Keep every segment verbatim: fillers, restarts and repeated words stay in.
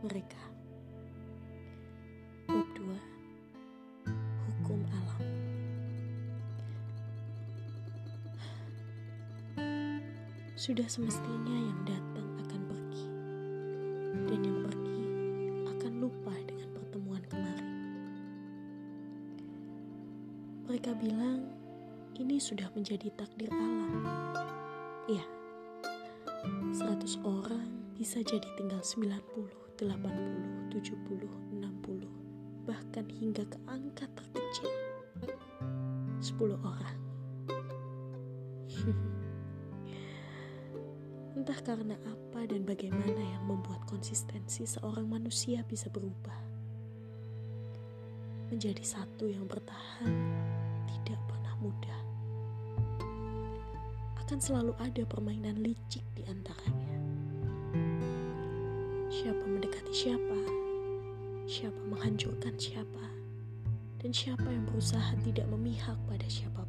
mereka. Bab dua. Hukum alam. Sudah semestinya yang datang akan pergi, dan yang pergi akan lupa dengan pertemuan kemarin. Mereka bilang ini sudah menjadi takdir alam. Ya, seratus orang bisa jadi tinggal sembilan puluh, delapan puluh, tujuh puluh, enam puluh, bahkan hingga ke angka terkecil sepuluh orang. Entah karena apa dan bagaimana yang membuat konsistensi seorang manusia bisa berubah menjadi satu yang bertahan tidak pernah mudah. Akan selalu ada permainan licik di antaranya. Siapa mendekati siapa, siapa menghancurkan siapa, dan siapa yang berusaha tidak memihak pada siapapun.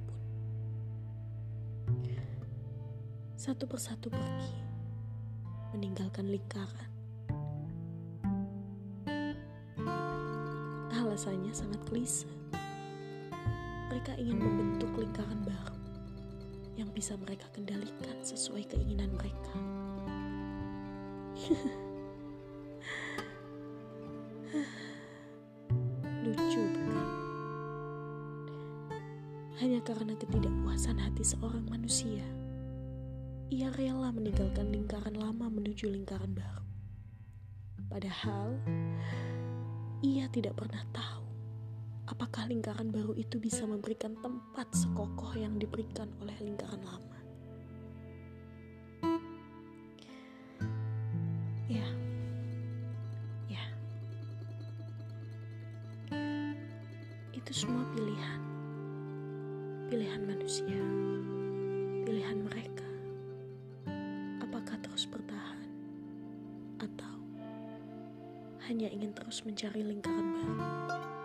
Satu persatu pergi, meninggalkan lingkaran. Alasannya sangat klise. Mereka ingin membentuk lingkaran baru yang bisa mereka kendalikan sesuai keinginan mereka. Lucu bukan? Hanya karena ketidakpuasan hati seorang manusia, ia rela meninggalkan lingkaran lama menuju lingkaran baru. Padahal ia tidak pernah tahu apakah lingkaran baru itu bisa memberikan tempat sekokoh yang diberikan oleh lingkaran lama. Ya, ya, itu semua pilihan, pilihan manusia, pilihan mereka. Apakah terus bertahan atau hanya ingin terus mencari lingkaran baru?